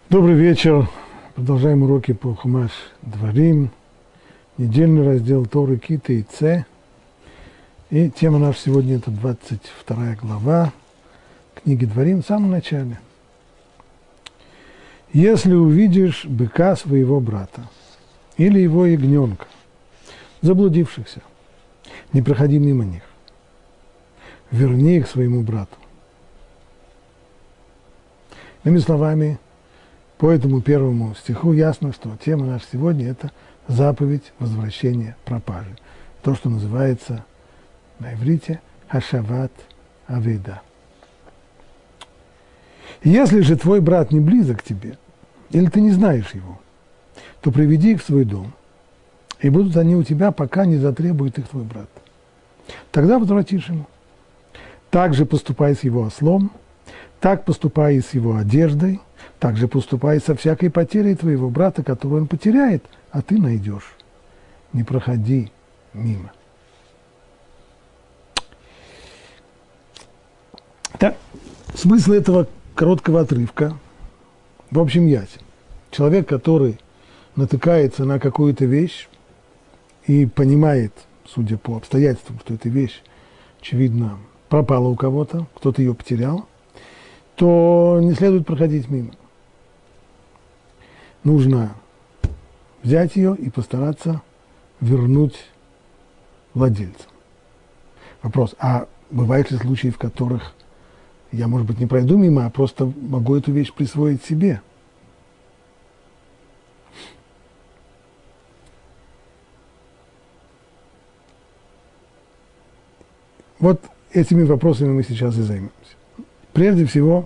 Добрый вечер. Продолжаем уроки по Хумаш Дворим. Недельный раздел Торы Кита и Це. И тема наша сегодня – это 22 глава книги Дворим в самом начале. «Если увидишь быка своего брата или его ягненка, заблудившихся, не проходи мимо них, верни их своему брату». Иными словами, по этому первому стиху ясно, что тема наша сегодня – это заповедь возвращения пропажи. То, что называется на иврите «хашават авейда». Если же твой брат не близок к тебе, или ты не знаешь его, то приведи их в свой дом, и будут они у тебя, пока не затребует их твой брат. Тогда возвратишь ему. Так же поступай с его ослом, так поступай и с его одеждой, так же поступай со всякой потерей твоего брата, которую он потеряет, а ты найдешь. Не проходи мимо. Так, смысл этого короткого отрывка в общем ясен. Человек, который натыкается на какую-то вещь и понимает, судя по обстоятельствам, что эта вещь, очевидно, пропала у кого-то, кто-то ее потерял, то не следует проходить мимо. Нужно взять ее и постараться вернуть владельцам. Вопрос, а бывают ли случаи, в которых я, может быть, не пройду мимо, а просто могу эту вещь присвоить себе? Вот этими вопросами мы сейчас и займемся. Прежде всего,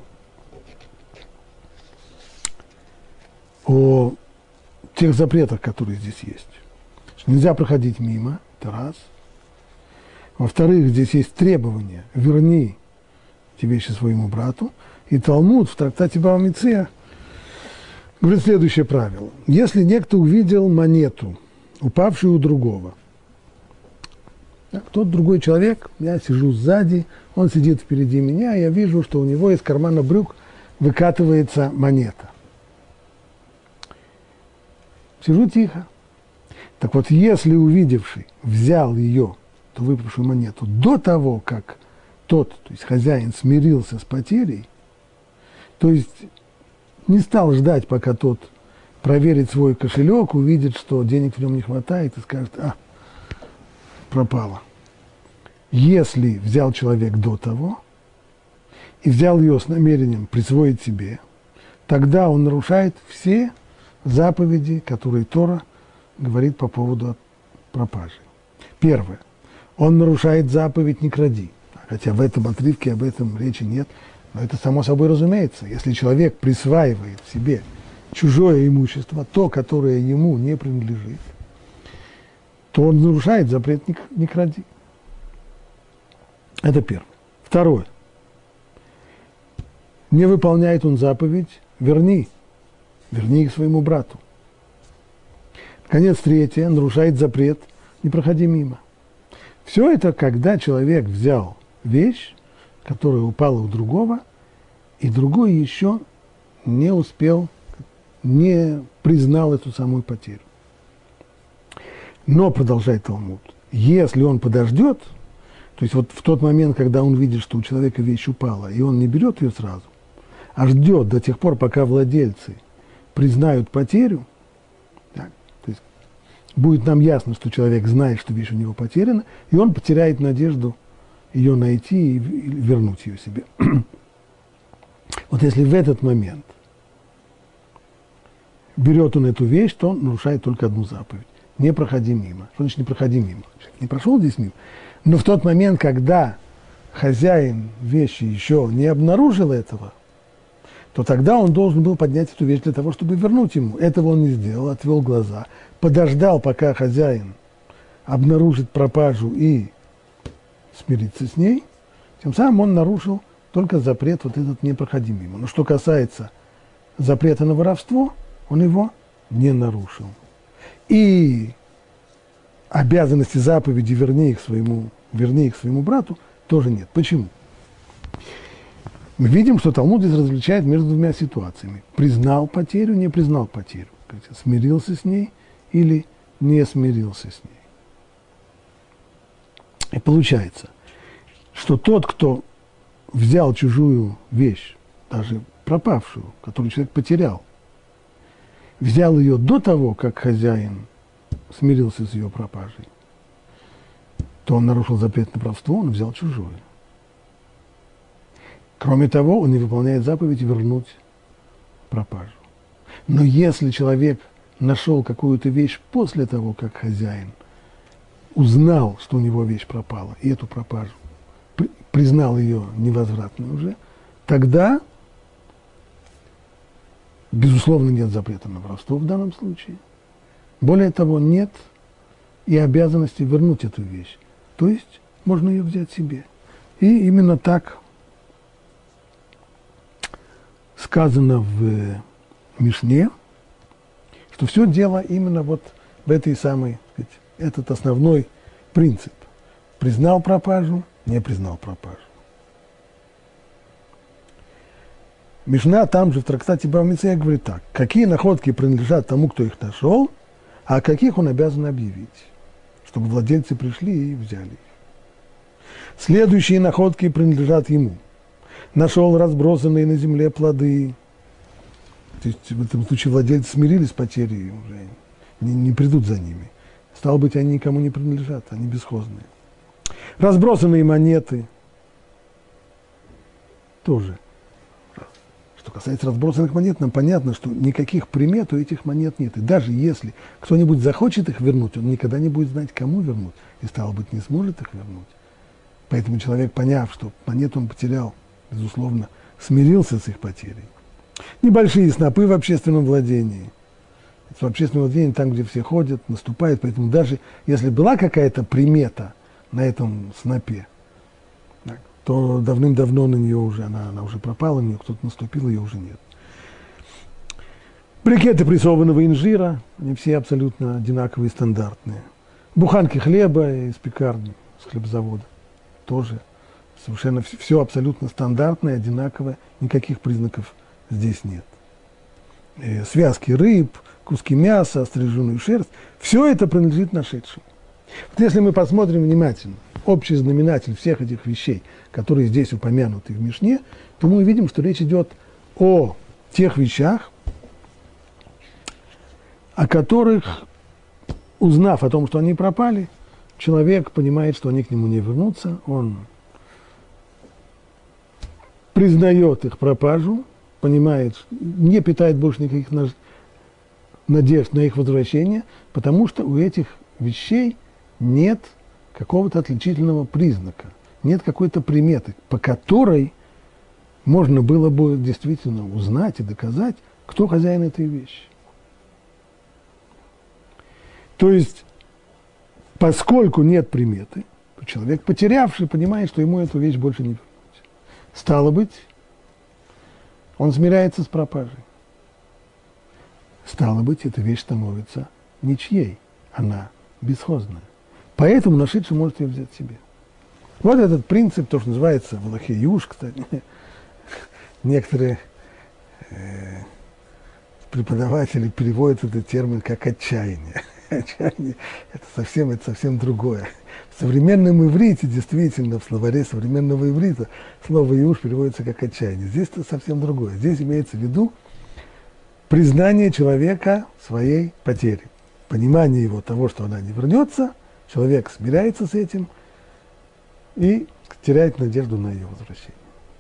о тех запретах, которые здесь есть. Нельзя проходить мимо, это раз. Во-вторых, здесь есть требования: верни эти вещи своему брату. И Талмуд в трактате Бава Меция говорит следующее правило. Если некто увидел монету, упавшую у другого, тот другой человек, я сижу сзади, он сидит впереди меня, я вижу, что у него из кармана брюк выкатывается монета. Сижу тихо. Так вот, если увидевший взял ее, ту выпавшую монету, до того, как тот, то есть хозяин, смирился с потерей, то есть не стал ждать, пока тот проверит свой кошелек, увидит, что денег в нем не хватает, и скажет: пропало. Если взял человек до того и взял ее с намерением присвоить себе, тогда он нарушает все заповеди, которые Тора говорит по поводу пропажи. Первое. Он нарушает заповедь «не кради». Хотя в этом отрывке об этом речи нет, но это само собой разумеется. Если человек присваивает себе чужое имущество, то, которое ему не принадлежит, то он нарушает запрет «не кради». Это первое. Второе. Не выполняет он заповедь «верни их своему брату». Наконец, третье. Нарушает запрет «не проходи мимо». Все это, когда человек взял вещь, которая упала у другого, и другой еще не успел, не признал эту самую потерю. Но, продолжает Талмуд, если он подождет, то есть вот в тот момент, когда он видит, что у человека вещь упала, и он не берет ее сразу, а ждет до тех пор, пока владельцы признают потерю, так, то есть будет нам ясно, что человек знает, что вещь у него потеряна, и он потеряет надежду ее найти и вернуть ее себе. Вот если в этот момент берет он эту вещь, то он нарушает только одну заповедь. Не проходи мимо. Что значит не проходи мимо? Не прошел здесь мимо. Но в тот момент, когда хозяин вещи еще не обнаружил этого, то тогда он должен был поднять эту вещь для того, чтобы вернуть ему. Этого он не сделал, отвел глаза, подождал, пока хозяин обнаружит пропажу и смирится с ней. Тем самым он нарушил только запрет вот этот «не проходи мимо». Но что касается запрета на воровство, он его не нарушил. И обязанности заповеди «верни их своему брату» тоже нет. Почему? Мы видим, что Талмуд здесь различает между двумя ситуациями. Признал потерю, не признал потерю. Смирился с ней или не смирился с ней. И получается, что тот, кто взял чужую вещь, даже пропавшую, которую человек потерял, взял ее до того, как хозяин смирился с ее пропажей, то он нарушил запрет на воровство, он взял чужое. Кроме того, он не выполняет заповедь вернуть пропажу. Но если человек нашел какую-то вещь после того, как хозяин узнал, что у него вещь пропала, и эту пропажу признал ее невозвратной уже, тогда, безусловно, нет запрета на воровство в данном случае. Более того, нет и обязанности вернуть эту вещь. То есть можно ее взять себе. И именно так сказано в Мишне, что все дело именно вот в этой самой, этот основной принцип. Признал пропажу, не признал пропажу. Мишна там же в трактате Бава Меция говорит так: какие находки принадлежат тому, кто их нашел, а о каких он обязан объявить, чтобы владельцы пришли и взяли их. Следующие находки принадлежат ему. Нашел разбросанные на земле плоды. То есть в этом случае владельцы смирились с потерей, уже не придут за ними. Стало быть, они никому не принадлежат, они бесхозные. Разбросанные монеты тоже. Что касается разбросанных монет, нам понятно, что никаких примет у этих монет нет. И даже если кто-нибудь захочет их вернуть, он никогда не будет знать, кому вернуть. И, стало быть, не сможет их вернуть. Поэтому человек, поняв, что монету он потерял, безусловно, смирился с их потерей. Небольшие снопы в общественном владении. В общественном владении, там, где все ходят, наступают. Поэтому даже если была какая-то примета на этом снопе, то давным-давно на нее уже, она уже пропала, на нее кто-то наступил, ее уже нет. Брикеты прессованного инжира, они все абсолютно одинаковые, стандартные. Буханки хлеба из пекарни, с хлебзавода, тоже совершенно все абсолютно стандартное, одинаковое, никаких признаков здесь нет. Связки рыб, куски мяса, остриженную шерсть, все это принадлежит нашедшему. Вот если мы посмотрим внимательно, общий знаменатель всех этих вещей, которые здесь упомянуты в Мишне, то мы увидим, что речь идет о тех вещах, о которых, узнав о том, что они пропали, человек понимает, что они к нему не вернутся, он признает их пропажу, понимает, не питает больше никаких надежд на их возвращение, потому что у этих вещей нет какого-то отличительного признака, нет какой-то приметы, по которой можно было бы действительно узнать и доказать, кто хозяин этой вещи. То есть, поскольку нет приметы, то человек, потерявший, понимает, что ему эту вещь больше не вернуть. Стало быть, он смиряется с пропажей. Стало быть, эта вещь становится ничьей, она бесхозная. Поэтому нашедший может ее взять себе. Вот этот принцип, то, что называется в Алахе юш, кстати. Некоторые преподаватели переводят этот термин как отчаяние. Отчаяние – это совсем другое. В современном иврите, действительно, в словаре современного иврита, слово юш переводится как отчаяние. Здесь это совсем другое. Здесь имеется в виду признание человека своей потери. Понимание его того, что она не вернется, человек смиряется с этим и теряет надежду на ее возвращение.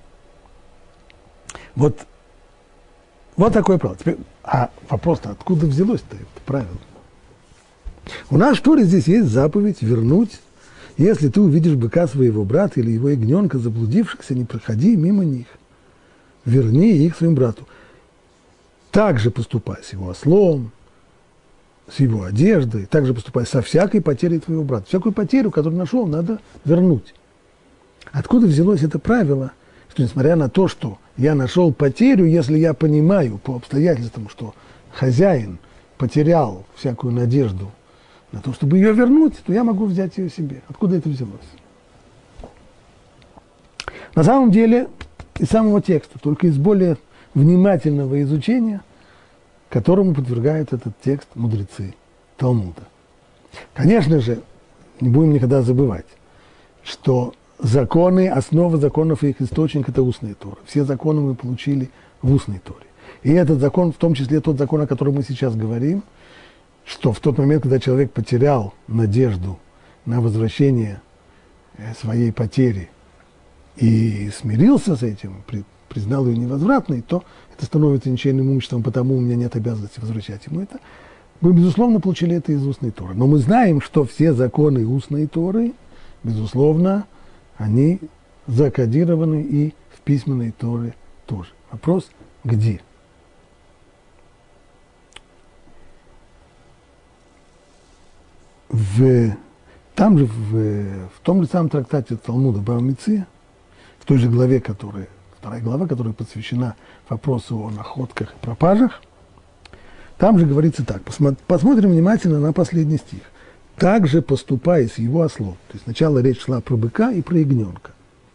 Вот такое правило. Теперь, а вопрос-то, откуда взялось-то это правило? У нас в Торе здесь есть заповедь вернуть, если ты увидишь быка своего брата или его ягненка заблудившихся, не проходи мимо них. Верни их своему брату. Так же поступай с его ослом, с его одеждой, так же поступай со всякой потерей твоего брата. Всякую потерю, которую нашел, надо вернуть. Откуда взялось это правило, что несмотря на то, что я нашел потерю, если я понимаю по обстоятельствам, что хозяин потерял всякую надежду на то, чтобы ее вернуть, то я могу взять ее себе. Откуда это взялось? На самом деле, из самого текста, только из более внимательного изучения, которому подвергают этот текст мудрецы Талмуда. Конечно же, не будем никогда забывать, что законы, основа законов и их источник – это устная Тора. Все законы мы получили в устной Торе. И этот закон, в том числе тот закон, о котором мы сейчас говорим, что в тот момент, когда человек потерял надежду на возвращение своей потери и смирился с этим, признал ее невозвратной, то это становится ничейным имуществом, потому у меня нет обязанности возвращать ему это. Мы, безусловно, получили это из устной Торы. Но мы знаем, что все законы устной Торы, безусловно, они закодированы и в письменной Торе тоже. Вопрос – где? В том же самом трактате Талмуда Бава Меция, в той же главе, вторая глава, которая посвящена вопросу о находках и пропажах, там же говорится так, посмотрим внимательно на последний стих. «Также поступай с его ослом». То есть сначала речь шла про быка и про ягненка.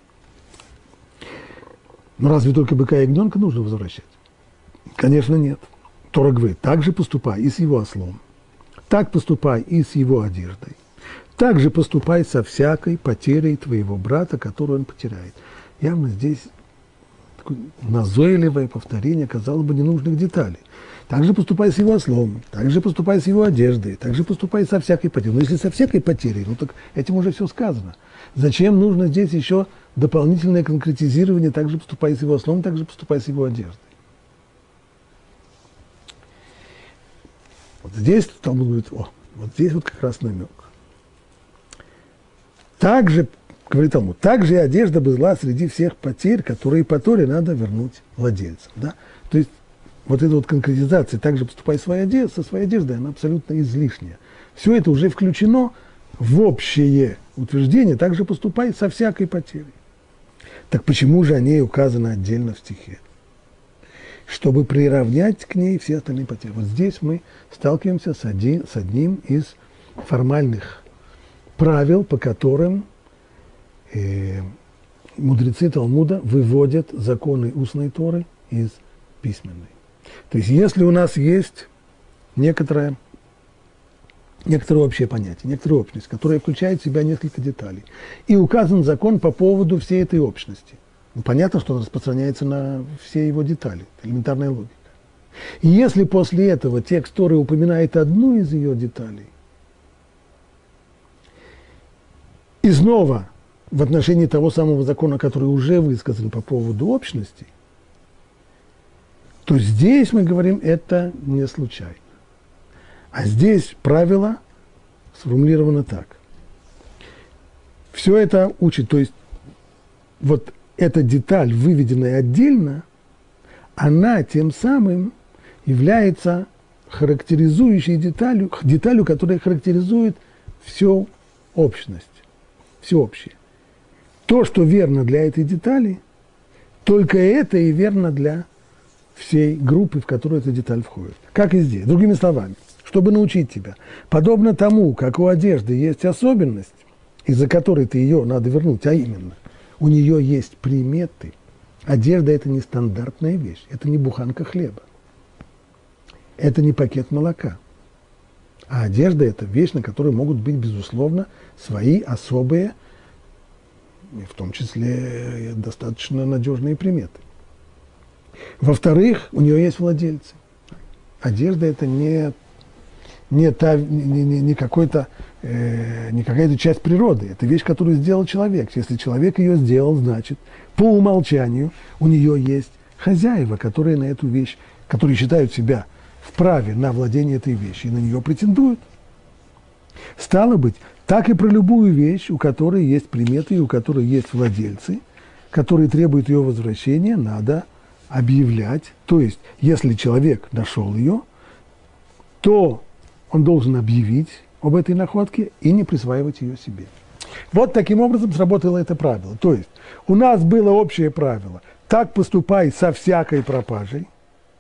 Но разве только быка и ягненка нужно возвращать? Конечно, нет. Тора говорит, так же поступай и с его ослом, так поступай и с его одеждой, так же поступай со всякой потерей твоего брата, которую он потеряет. Явно здесь такое назойливое повторение, казалось бы, ненужных деталей. Так же поступай с его ослом, так же поступай с его одеждой, так же поступай со всякой потерей. Но если со всякой потерей, ну так этим уже все сказано. Зачем нужно здесь еще дополнительное конкретизирование, так же поступай с его ослом, так же поступай с его одеждой? Вот здесь Талмуд говорит, вот здесь вот как раз намек. Также, говорит Талмуд, также и одежда была среди всех потерь, которые по Торе надо вернуть владельцам. Да? То есть вот эта вот конкретизация, также поступай со своей одеждой, она абсолютно излишняя. Все это уже включено в общее утверждение, также поступай со всякой потерей. Так почему же о ней указано отдельно в стихе? Чтобы приравнять к ней все остальные потери. Вот здесь мы сталкиваемся с одним из формальных правил, по которым мудрецы Талмуда выводят законы устной Торы из письменной. То есть если у нас есть некоторое общее понятие, некоторая общность, которая включает в себя несколько деталей, и указан закон по поводу всей этой общности, ну, понятно, что он распространяется на все его детали, элементарная логика. И если после этого текст Торы упоминает одну из ее деталей, и снова в отношении того самого закона, который уже высказан по поводу общности, то здесь мы говорим, это не случайно. А здесь правило сформулировано так. Все это учит, то есть вот эта деталь, выведенная отдельно, она тем самым является характеризующей деталью, которая характеризует всю общность, всеобщее. То, что верно для этой детали, только это и верно для всей группы, в которую эта деталь входит. Как и здесь. Другими словами, чтобы научить тебя, подобно тому, как у одежды есть особенность, из-за которой ты ее надо вернуть, а именно, у нее есть приметы. Одежда – это не стандартная вещь, это не буханка хлеба, это не пакет молока. А одежда – это вещь, на которой могут быть, безусловно, свои особые, в том числе достаточно надежные приметы. Во-вторых, у нее есть владельцы. Одежда – это не какая-то часть природы. Это вещь, которую сделал человек. Если человек ее сделал, значит, по умолчанию у нее есть хозяева, которые на эту вещь, которые считают себя вправе на владение этой вещью и на нее претендуют. Стало быть, так и про любую вещь, у которой есть приметы и у которой есть владельцы, которые требуют ее возвращения, надо объявлять. То есть, если человек нашел ее, то он должен объявить об этой находке и не присваивать ее себе. Вот таким образом сработало это правило. То есть, у нас было общее правило: так поступай со всякой пропажей.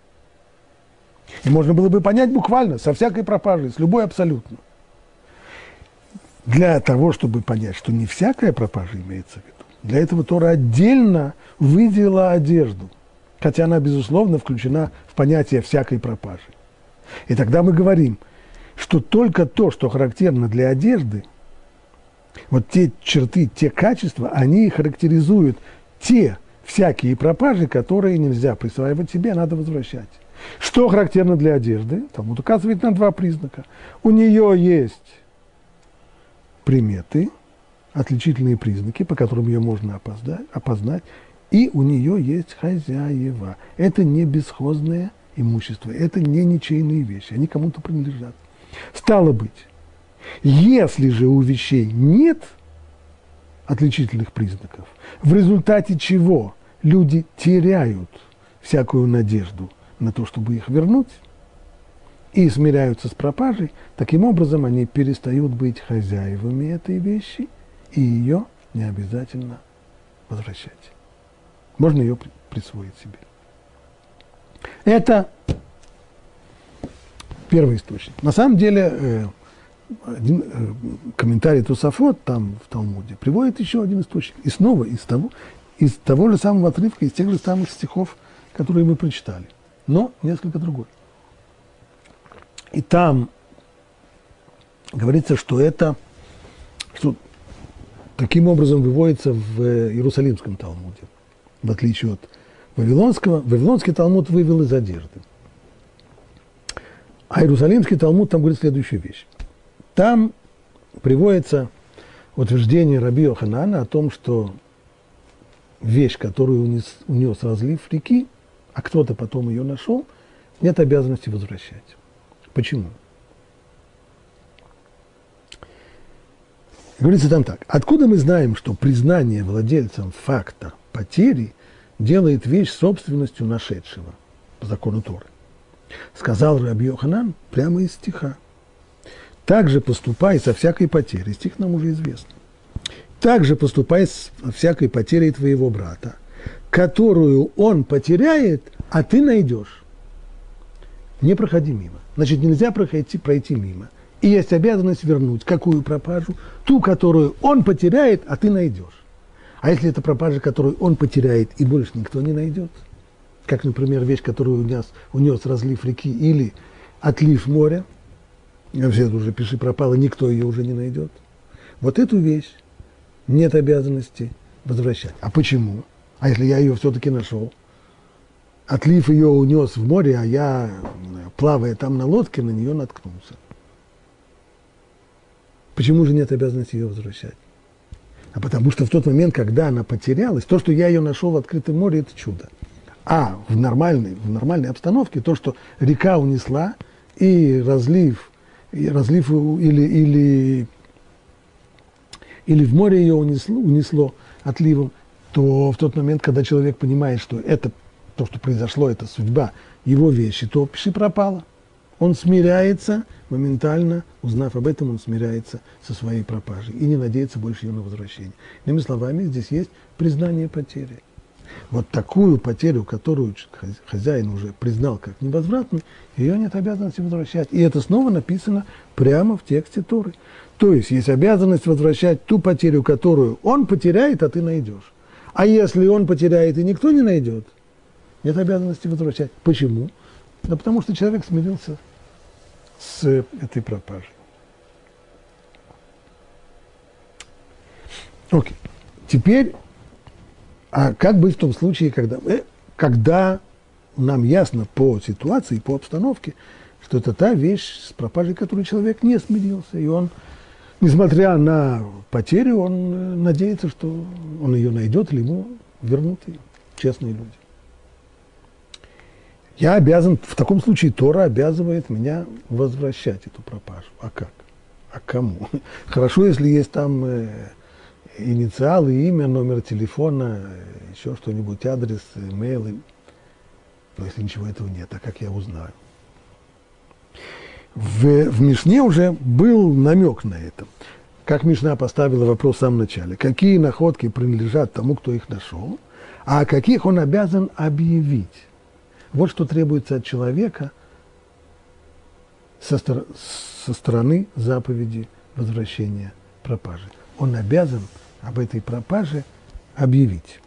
И можно было бы понять буквально, со всякой пропажей, с любой абсолютно. Для того, чтобы понять, что не всякая пропажа имеется в виду, Для этого Тора отдельно выделила одежду, хотя она, безусловно, включена в понятие всякой пропажи. И тогда мы говорим, что только то, что характерно для одежды, вот те черты, те качества, они характеризуют те всякие пропажи, которые нельзя присваивать себе, а надо возвращать. Что характерно для одежды? Талмуд указывает на два признака. У нее есть приметы, отличительные признаки, по которым ее можно опознать, и у нее есть хозяева. Это не бесхозное имущество, это не ничейные вещи, они кому-то принадлежат. Стало быть, если же у вещей нет отличительных признаков, в результате чего люди теряют всякую надежду на то, чтобы их вернуть, и смиряются с пропажей, таким образом они перестают быть хозяевами этой вещи, и ее не обязательно возвращать. Можно ее присвоить себе. Это первый источник. На самом деле, один комментарий Тосафот там в Талмуде приводит еще один источник. И снова из того же самого отрывка, из тех же самых стихов, которые мы прочитали. Но несколько другой. И там говорится, что таким образом выводится в Иерусалимском Талмуде. В отличие от Вавилонского. Вавилонский Талмуд вывел из одежды. А Иерусалимский Талмуд там говорит следующую вещь. Там приводится утверждение Раби Йоханана о том, что вещь, которую унес разлив реки, а кто-то потом ее нашел, нет обязанности возвращать. Почему? Говорится там так. Откуда мы знаем, что признание владельцем факта потери делает вещь собственностью нашедшего по закону Торы? Сказал Раби Йоханан прямо из стиха. Так же поступай со всякой потерей. Стих нам уже известен. Так же поступай со всякой потерей твоего брата, которую он потеряет, а ты найдешь. Не проходи мимо. Значит, нельзя пройти мимо. И есть обязанность вернуть какую пропажу? Ту, которую он потеряет, а ты найдешь. А если это пропажа, которую он потеряет, и больше никто не найдет? Как, например, вещь, которую унес разлив реки или отлив моря, все это уже пиши пропало, никто ее уже не найдет. Вот эту вещь нет обязанности возвращать. А почему? А если я ее все-таки нашел? Отлив ее унес в море, а я, плавая там на лодке, на нее наткнулся. Почему же нет обязанности ее возвращать? А потому что в тот момент, когда она потерялась, то, что я ее нашел в открытом море, это чудо. А в нормальной обстановке то, что река унесла, и разлив или в море ее унесло отливом, то в тот момент, когда человек понимает, что это то, что произошло, это судьба его вещи, то пиши пропало. Он смиряется моментально, узнав об этом, он смиряется со своей пропажей и не надеется больше ее на возвращение. Иными словами, здесь есть признание потери. Вот такую потерю, которую хозяин уже признал как невозвратную, ее нет обязанности возвращать. И это снова написано прямо в тексте Торы. То есть есть обязанность возвращать ту потерю, которую он потеряет, а ты найдешь. А если он потеряет и никто не найдет, нет обязанности возвращать. Почему? Да потому что человек смирился с этой пропажей. Окей. Теперь, а как быть в том случае, когда нам ясно по ситуации, по обстановке, что это та вещь с пропажей, которой человек не смирился, и он, несмотря на потерю, он надеется, что он ее найдет, или ему вернут ее честные люди. Я обязан, в таком случае Тора обязывает меня возвращать эту пропажу. А как? А кому? Хорошо, если есть там инициалы, имя, номер телефона, еще что-нибудь, адрес, имейл. Но если ничего этого нет, а как я узнаю? В Мишне уже был намек на это. Как Мишна поставила вопрос в самом начале. Какие находки принадлежат тому, кто их нашел, а о каких он обязан объявить? Вот что требуется от человека со стороны заповеди возвращения пропажи. Он обязан об этой пропаже объявить.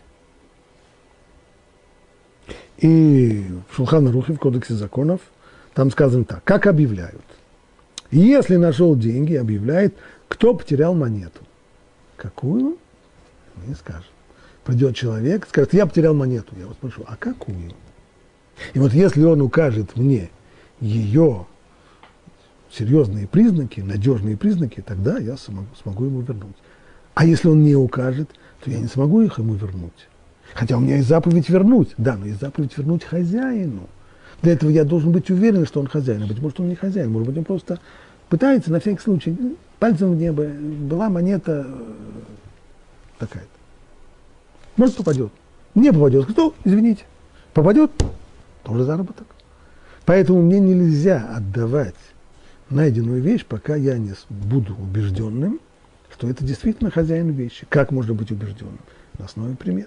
И в Шулхан Арухе, в Кодексе законов, там сказано так, как объявляют. Если нашел деньги, объявляет, кто потерял монету. Какую? Не скажет. Придет человек, скажет, я потерял монету. Я вот спрошу, а какую? И вот если он укажет мне ее серьезные признаки, надежные признаки, тогда я смогу ему вернуть. А если он не укажет, то я не смогу их ему вернуть. Хотя у меня есть заповедь вернуть. Да, но есть заповедь вернуть хозяину. Для этого я должен быть уверен, что он хозяин. А быть может, он не хозяин. Может быть, он просто пытается на всякий случай. Пальцем в небо. Была монета такая-то. Может, попадет. Не попадет. Кто? Извините. Попадет? Тоже заработок. Поэтому мне нельзя отдавать найденную вещь, пока я не буду убежденным, что это действительно хозяин вещи. Как можно быть убежденным? На основе примет.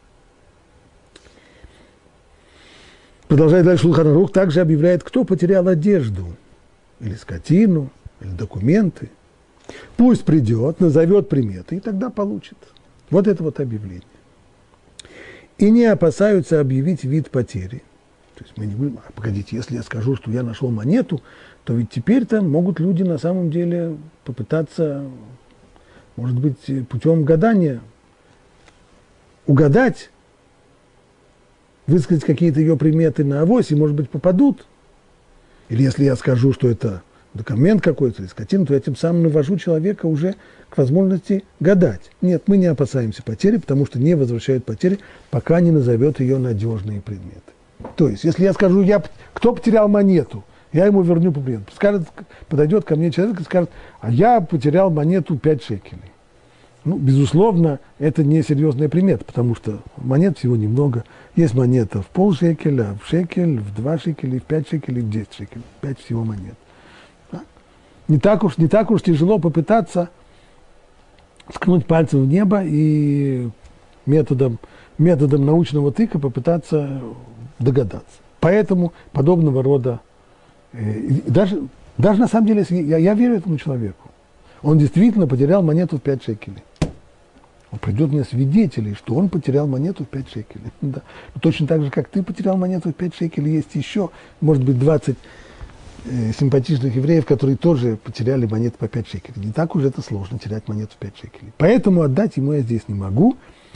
Продолжает дальше Шулхан Арух, также объявляет, кто потерял одежду, или скотину, или документы. Пусть придет, назовет приметы, и тогда получит. Вот это вот объявление. И не опасаются объявить вид потери. То есть мы не будем, погодите, если я скажу, что я нашел монету, то ведь теперь-то могут люди на самом деле попытаться, может быть, путем гадания угадать, высказать какие-то ее приметы на авось, и, может быть, попадут. Или если я скажу, что это документ какой-то, или скотина, то я тем самым навожу человека уже к возможности гадать. Нет, мы не опасаемся потери, потому что не возвращают потери, пока не назовет ее надежные предметы. То есть, если я скажу, кто потерял монету, я ему верну по примету. Подойдет ко мне человек и скажет, а я потерял монету 5 шекелей. Ну, безусловно, это не серьезная примета, потому что монет всего немного. Есть монета в полшекеля, в шекель, в 2 шекеля, в 5 шекелей, в 10 шекелей. 5 всего монет. Да? Не так уж тяжело попытаться ткнуть пальцем в небо и методом научного тыка попытаться догадаться. Поэтому подобного рода, даже на самом деле, если я верю этому человеку, он действительно потерял монету в 5 шекелей. Он придет мне свидетелей, что он потерял монету в 5 шекелей. Да. Точно так же, как ты потерял монету в 5 шекелей, есть еще, может быть, 20 симпатичных евреев, которые тоже потеряли монету по 5 шекелей. Не так уж это сложно, терять монету в 5 шекелей. Поэтому отдать ему я здесь не могу.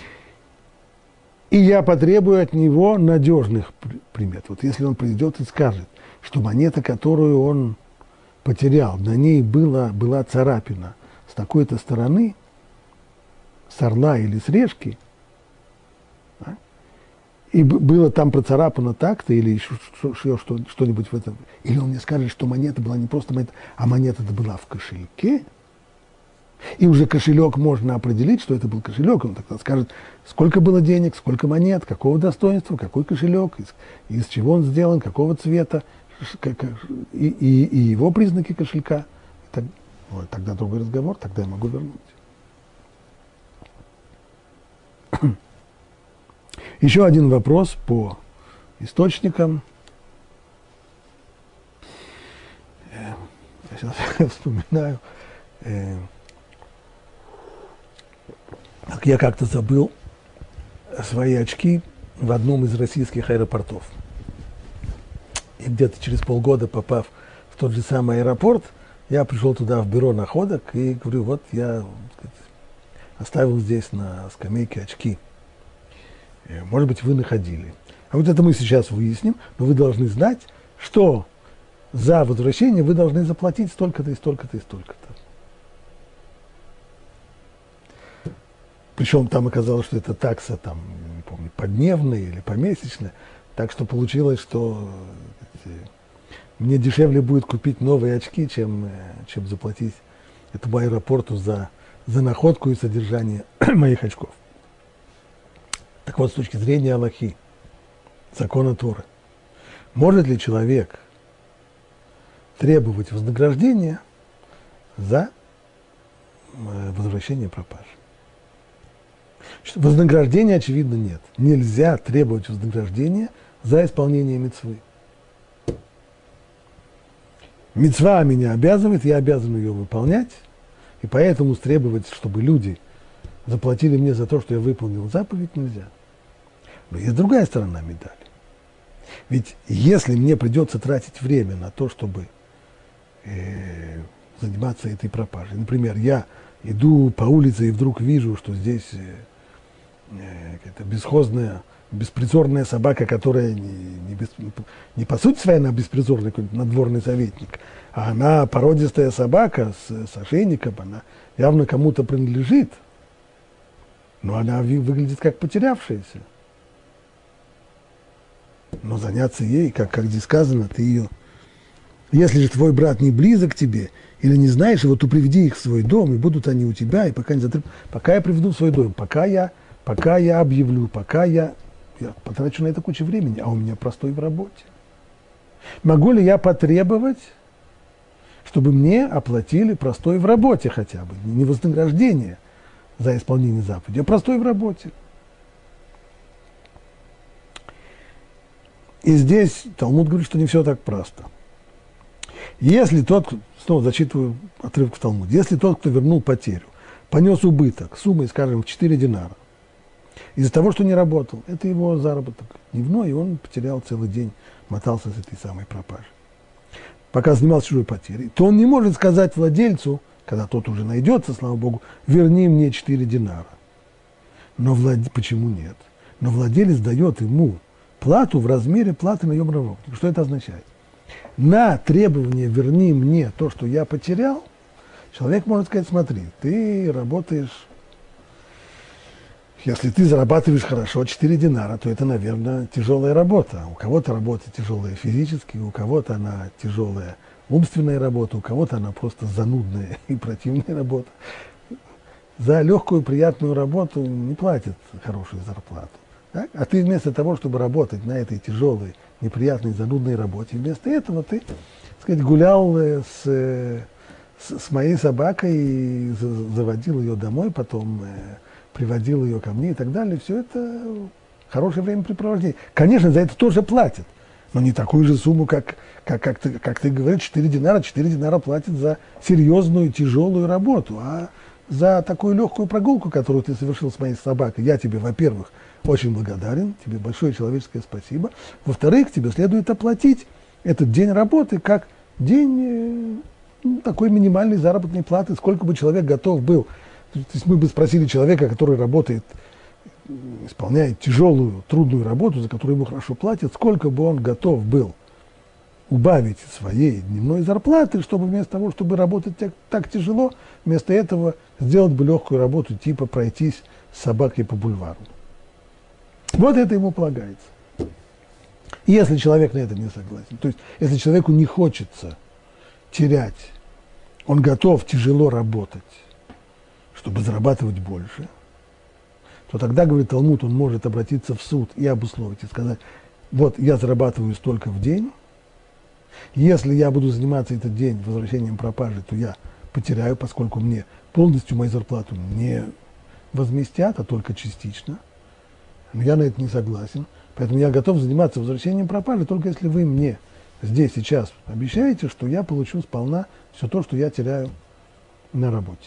И я потребую от него надежных примет. Вот если он придет и скажет, что монета, которую он потерял, на ней была царапина с такой-то стороны, с орла или с решки, да, и было там процарапано так-то, или еще что-нибудь в этом. Или он мне скажет, что монета была не просто монета, а монета-то была в кошельке, и уже кошелек можно определить, что это был кошелек. Он тогда скажет, сколько было денег, сколько монет, какого достоинства, какой кошелек, из чего он сделан, какого цвета, и его признаки кошелька. Тогда другой разговор, тогда я могу вернуть. Еще один вопрос по источникам. Я сейчас вспоминаю. Я как-то забыл свои очки в одном из российских аэропортов. И где-то через полгода, попав в тот же самый аэропорт, я пришел туда в бюро находок и говорю, вот я оставил здесь на скамейке очки. Может быть, вы находили. А вот это мы сейчас выясним, но вы должны знать, что за возвращение вы должны заплатить столько-то и столько-то и столько-то. Причем там оказалось, что это такса, там, не помню, подневная или помесячная. Так что получилось, что мне дешевле будет купить новые очки, чем заплатить этому аэропорту за находку и содержание моих очков. Так вот, с точки зрения Аллахи, закона Торы, может ли человек требовать вознаграждения за возвращение пропажи? Вознаграждения, очевидно, нет. Нельзя требовать вознаграждения за исполнение мицвы. Мицва меня обязывает, я обязан ее выполнять, и поэтому требовать, чтобы люди заплатили мне за то, что я выполнил заповедь, нельзя. Но есть другая сторона медали. Ведь если мне придется тратить время на то, чтобы заниматься этой пропажей, например, я иду по улице и вдруг вижу, что здесь какая-то бесхозная, беспризорная собака, которая не по сути своей она беспризорный какой-то надворный советник, а она породистая собака с ошейником, она явно кому-то принадлежит, но она выглядит как потерявшаяся. Но заняться ей, как здесь сказано, ты ее... Если же твой брат не близок к тебе, или не знаешь его, то приведи их в свой дом, и будут они у тебя, и пока я приведу в свой дом, пока я объявлю, пока я потрачу на это кучу времени, а у меня простой в работе. Могу ли я потребовать, чтобы мне оплатили простой в работе хотя бы, не вознаграждение за исполнение заповеди, а простой в работе? И здесь Талмуд говорит, что не все так просто. Если тот, снова зачитываю отрывок в Талмуде, если тот, кто вернул потерю, понес убыток суммой, скажем, в 4 динара, из-за того, что не работал, это его заработок дневной, и он потерял целый день, мотался с этой самой пропажей. Пока занимался чужой потерей, то он не может сказать владельцу, когда тот уже найдется, слава Богу, верни мне 4 динара. Но почему нет? Но владелец дает ему плату в размере платы наемного работника. Что это означает? На требование «верни мне то, что я потерял», человек может сказать: смотри, ты работаешь, если ты зарабатываешь хорошо 4 динара, то это, наверное, тяжелая работа. У кого-то работа тяжелая физически, у кого-то она тяжелая умственная работа, у кого-то она просто занудная и противная работа. За легкую, приятную работу не платят хорошую зарплату. Так? А ты вместо того, чтобы работать на этой тяжелой, неприятной, занудной работе, вместо этого ты, так сказать, гулял с моей собакой и заводил ее домой, потом приводил ее ко мне и так далее. Все это хорошее времяпрепровождение. Конечно, за это тоже платят, но не такую же сумму, как ты говоришь, 4 динара. 4 динара платят за серьезную, тяжелую работу, а за такую легкую прогулку, которую ты совершил с моей собакой, я тебе, во-первых, очень благодарен, тебе большое человеческое спасибо. Во-вторых, тебе следует оплатить этот день работы как день такой минимальной заработной платы, сколько бы человек готов был. То есть мы бы спросили человека, который работает, исполняет тяжелую, трудную работу, за которую ему хорошо платят, сколько бы он готов был убавить своей дневной зарплаты, чтобы вместо того, чтобы работать так тяжело, вместо этого сделать бы легкую работу, типа пройтись с собакой по бульвару. Вот это ему полагается. И если человек на это не согласен, то есть если человеку не хочется терять, он готов тяжело работать, чтобы зарабатывать больше, то тогда, говорит Талмуд, он может обратиться в суд и обусловить, и сказать: вот я зарабатываю столько в день, если я буду заниматься этот день возвращением пропажи, то я потеряю, поскольку мне полностью мою зарплату не возместят, а только частично. Но я на это не согласен, поэтому я готов заниматься возвращением пропажи, только если вы мне здесь сейчас обещаете, что я получу сполна все то, что я теряю на работе.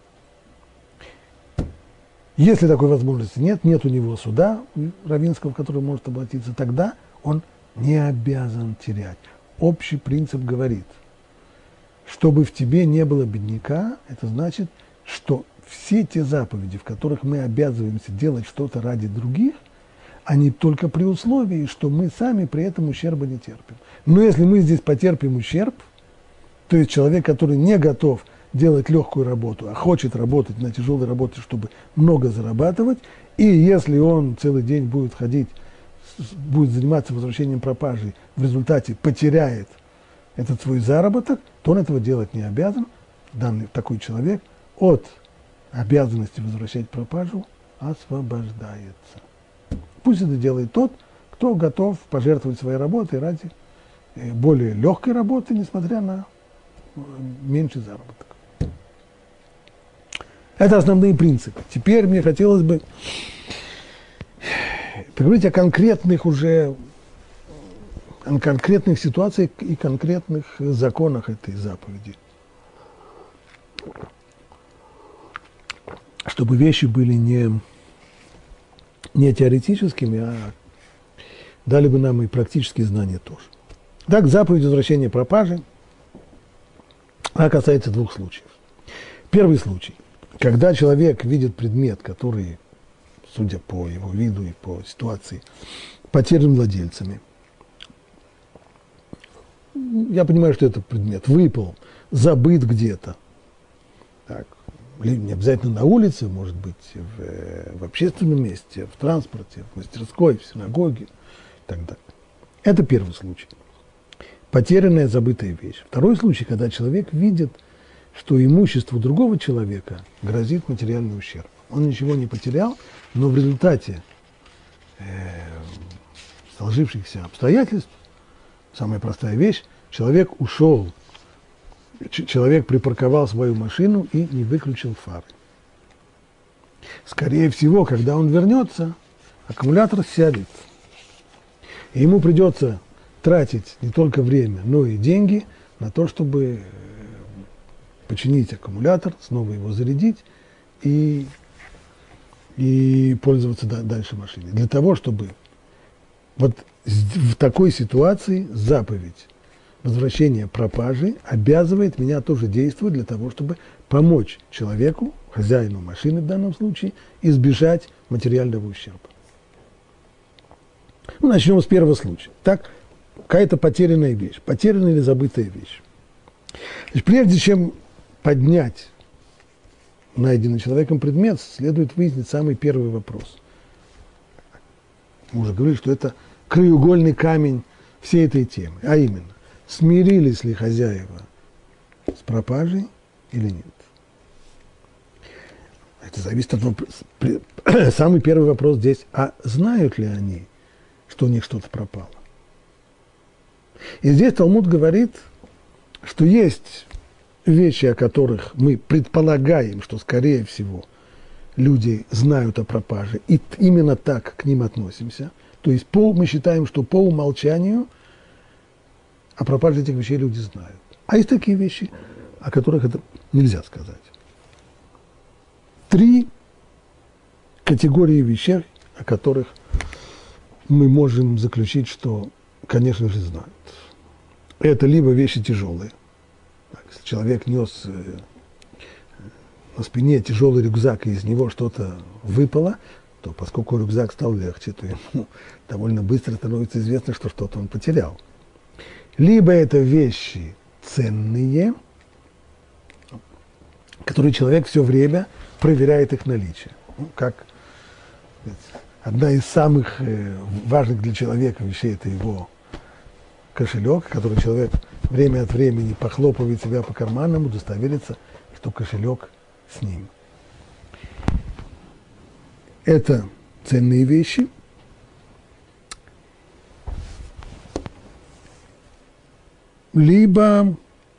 Если такой возможности нет у него суда раввинского, в который может обратиться, тогда он не обязан терять. Общий принцип говорит, чтобы в тебе не было бедняка, это значит, что все те заповеди, в которых мы обязываемся делать что-то ради других, они только при условии, что мы сами при этом ущерба не терпим. Но если мы здесь потерпим ущерб, то есть человек, который не готов делать легкую работу, а хочет работать на тяжелой работе, чтобы много зарабатывать, и если он целый день будет ходить, будет заниматься возвращением пропажи, в результате потеряет этот свой заработок, то он этого делать не обязан. Данный такой человек от обязанности возвращать пропажу освобождается. Пусть это делает тот, кто готов пожертвовать своей работой ради более легкой работы, несмотря на меньший заработок. Это основные принципы. Теперь мне хотелось бы поговорить о конкретных ситуациях и конкретных законах этой заповеди. Что чтобы вещи были не теоретическими, а дали бы нам и практические знания тоже. Так, заповедь возвращения пропажи, она касается двух случаев. Первый случай, когда человек видит предмет, который, судя по его виду и по ситуации, потерян владельцами. Я понимаю, что этот предмет выпал, забыт где-то. Так, не обязательно на улице, может быть, в общественном месте, в транспорте, в мастерской, в синагоге и так далее. Это первый случай. Потерянная, забытая вещь. Второй случай, когда человек видит, что имуществу другого человека грозит материальный ущерб. Он ничего не потерял, но в результате сложившихся обстоятельств, самая простая вещь, человек ушел, человек припарковал свою машину и не выключил фары. Скорее всего, когда он вернется, аккумулятор сядет. И ему придется тратить не только время, но и деньги на то, чтобы починить аккумулятор, снова его зарядить и пользоваться дальше машиной. Для того, чтобы вот в такой ситуации заповедь возвращения пропажи обязывает меня тоже действовать для того, чтобы помочь человеку, хозяину машины в данном случае, избежать материального ущерба. Ну, начнем с первого случая. Так, какая-то потерянная вещь, потерянная или забытая вещь. Значит, прежде чем поднять найденный человеком предмет, следует выяснить самый первый вопрос. Мы уже говорили, что это краеугольный камень всей этой темы, а именно, смирились ли хозяева с пропажей или нет. Это зависит от вопроса. Самый первый вопрос здесь, а знают ли они, что у них что-то пропало? И здесь Талмуд говорит, что есть вещи, о которых мы предполагаем, что, скорее всего, люди знают о пропаже, и именно так к ним относимся. То есть мы считаем, что по умолчанию о пропаже этих вещей люди знают. А есть такие вещи, о которых это нельзя сказать. 3 категории вещей, о которых мы можем заключить, что, конечно же, знают. Это либо вещи тяжелые. Если человек нес на спине тяжелый рюкзак, и из него что-то выпало, то поскольку рюкзак стал легче, то ему довольно быстро становится известно, что что-то он потерял. Либо это вещи ценные, которые человек все время проверяет их наличие. Ну, как одна из самых важных для человека вещей – это его кошелек, который человек время от времени похлопывает себя по карманам, удостоверится, что кошелек с ним. Это ценные вещи. Либо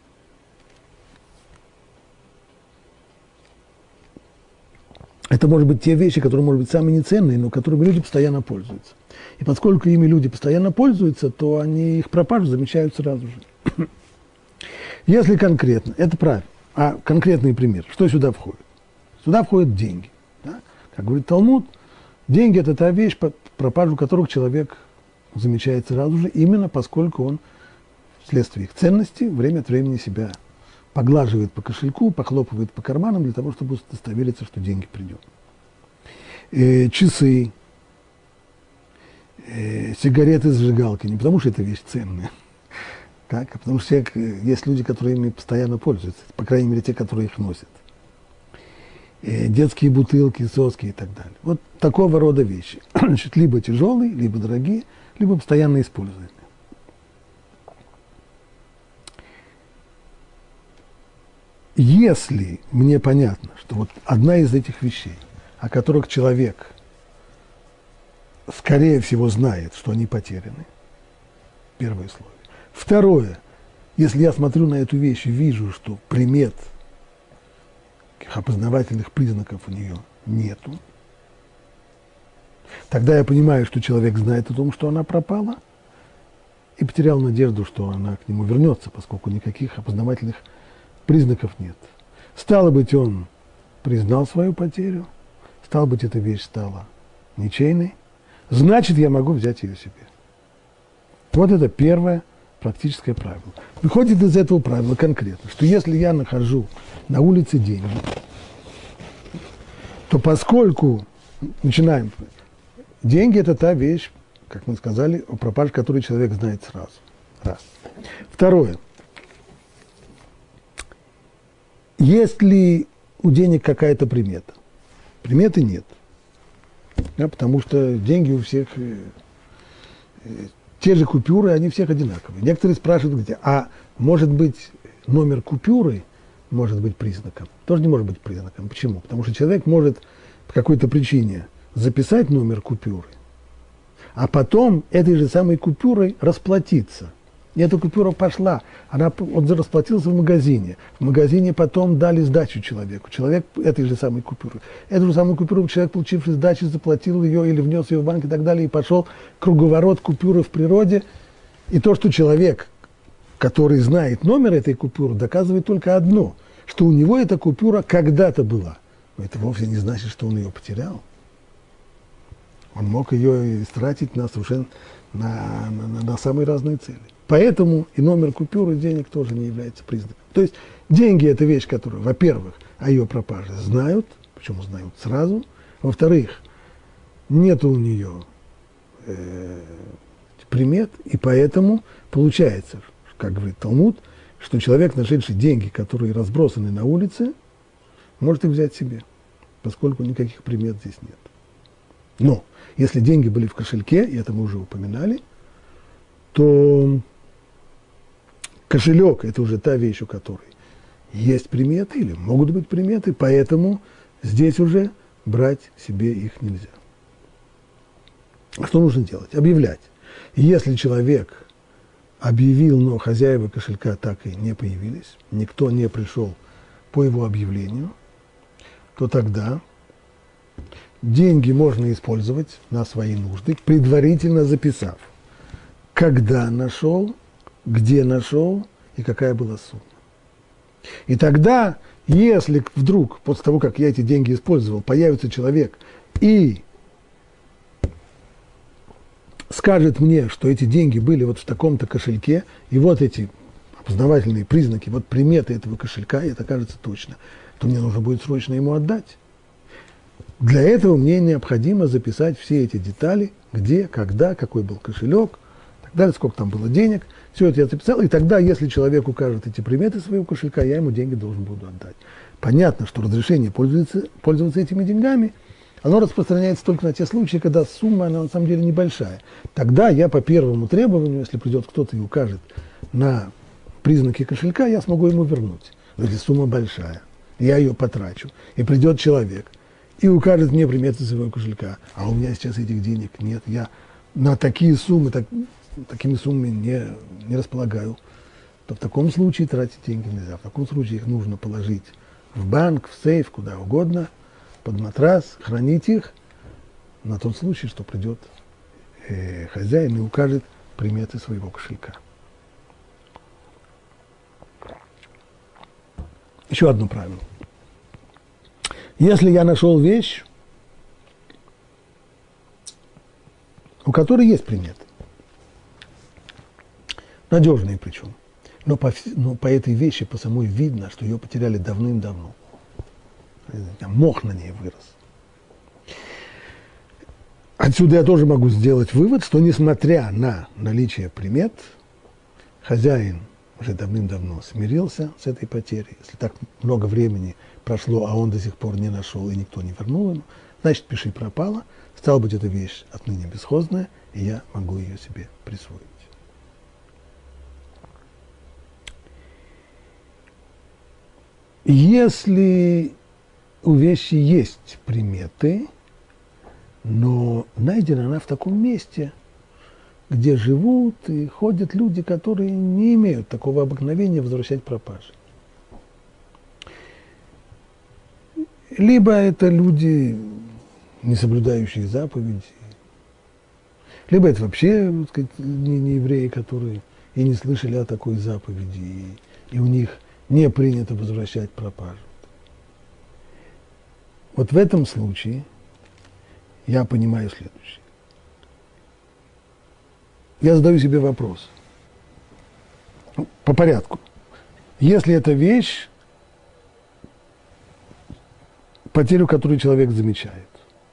это может быть те вещи, которые, может быть, самые неценные, но которыми люди постоянно пользуются. И поскольку ими люди постоянно пользуются, то они их пропажу замечают сразу же. Если конкретно, это правильно, а конкретный пример, что сюда входит? Сюда входят деньги. Да? Как говорит Талмуд, деньги – это та вещь, пропажу которых человек замечает сразу же, именно поскольку он вследствие их ценности время от времени себя поглаживает по кошельку, похлопывает по карманам для того, чтобы удостовериться, что деньги придет. Часы, сигареты, зажигалки, не потому что это вещь ценная, так, а потому что есть люди, которые ими постоянно пользуются, по крайней мере, те, которые их носят. Детские бутылки, соски и так далее. Вот такого рода вещи. Значит, либо тяжелые, либо дорогие, либо постоянно используемые. Если мне понятно, что вот одна из этих вещей, о которых человек, скорее всего, знает, что они потеряны, первое условие. Второе, если я смотрю на эту вещь и вижу, что примет, опознавательных признаков у нее нету, тогда я понимаю, что человек знает о том, что она пропала, и потерял надежду, что она к нему вернется, поскольку никаких опознавательных признаков нет. Стало быть, он признал свою потерю, стало быть, эта вещь стала ничейной, значит, я могу взять ее себе. Вот это первое практическое правило. Выходит из этого правила конкретно, что если я нахожу на улице деньги, то поскольку, начинаем, деньги – это та вещь, как мы сказали, о пропаже, которую человек знает сразу. Раз. Второе. Есть ли у денег какая-то примета? Приметы нет. Да, потому что деньги у всех, те же купюры, они всех одинаковые. Некоторые спрашивают, где, а может быть номер купюры может быть признаком? Тоже не может быть признаком. Почему? Потому что человек может по какой-то причине записать номер купюры, а потом этой же самой купюрой расплатиться. И эта купюра пошла, он расплатился в магазине. В магазине потом дали сдачу человеку. Человек этой же самой купюры. Эту же самую купюру человек, получивший сдачу, заплатил ее или внес ее в банк и так далее, и пошел круговорот купюры в природе. И то, что человек, который знает номер этой купюры, доказывает только одно, что у него эта купюра когда-то была. Но это вовсе не значит, что он ее потерял. Он мог ее истратить на совершенно на самые разные цели. Поэтому и номер купюры денег тоже не является признаком. То есть деньги – это вещь, которую, во-первых, о ее пропаже знают, причем знают сразу. Во-вторых, нет у нее примет, и поэтому получается, как говорит Талмуд, что человек, нашедший деньги, которые разбросаны на улице, может их взять себе, поскольку никаких примет здесь нет. Но если деньги были в кошельке, и это мы уже упоминали, то кошелек – это уже та вещь, у которой есть приметы или могут быть приметы, поэтому здесь уже брать себе их нельзя. А что нужно делать? Объявлять. Если человек объявил, но хозяева кошелька так и не появились, никто не пришел по его объявлению, то тогда деньги можно использовать на свои нужды, предварительно записав, когда нашел, где нашел и какая была сумма. И тогда, если вдруг, после того, как я эти деньги использовал, появится человек и скажет мне, что эти деньги были вот в таком-то кошельке, и вот эти опознавательные признаки, вот приметы этого кошелька, и это окажется точно, то мне нужно будет срочно ему отдать. Для этого мне необходимо записать все эти детали, где, когда, какой был кошелек, так далее, сколько там было денег. Все это я записал, и тогда, если человек укажет эти приметы своего кошелька, я ему деньги должен буду отдать. Понятно, что разрешение пользоваться этими деньгами, оно распространяется только на те случаи, когда сумма, она на самом деле небольшая. Тогда я по первому требованию, если придет кто-то и укажет на признаки кошелька, я смогу ему вернуть. Но если сумма большая, я ее потрачу, и придет человек, и укажет мне приметы своего кошелька, а у меня сейчас этих денег нет, я на такие суммы, такими суммами не располагаю, то в таком случае тратить деньги нельзя. В таком случае их нужно положить в банк, в сейф, куда угодно, под матрас, хранить их на тот случай, что придет хозяин и укажет приметы своего кошелька. Еще одно правило. Если я нашел вещь, у которой есть приметы, надежные причем, но по этой вещи, по самой видно, что ее потеряли давным-давно. Мох на ней вырос. Отсюда я тоже могу сделать вывод, что несмотря на наличие примет, хозяин уже давным-давно смирился с этой потерей. Если так много времени прошло, а он до сих пор не нашел и никто не вернул ему, значит, пиши пропало. Стало быть, эта вещь отныне бесхозная, и я могу ее себе присвоить. Если у вещи есть приметы, но найдена она в таком месте, где живут и ходят люди, которые не имеют такого обыкновения возвращать пропажи. Либо это люди, не соблюдающие заповеди, либо это вообще, так сказать, не евреи, которые и не слышали о такой заповеди, и у них не принято возвращать пропажу. Вот в этом случае я понимаю следующее. Я задаю себе вопрос. По порядку. Если эта вещь, потерю, которую человек замечает.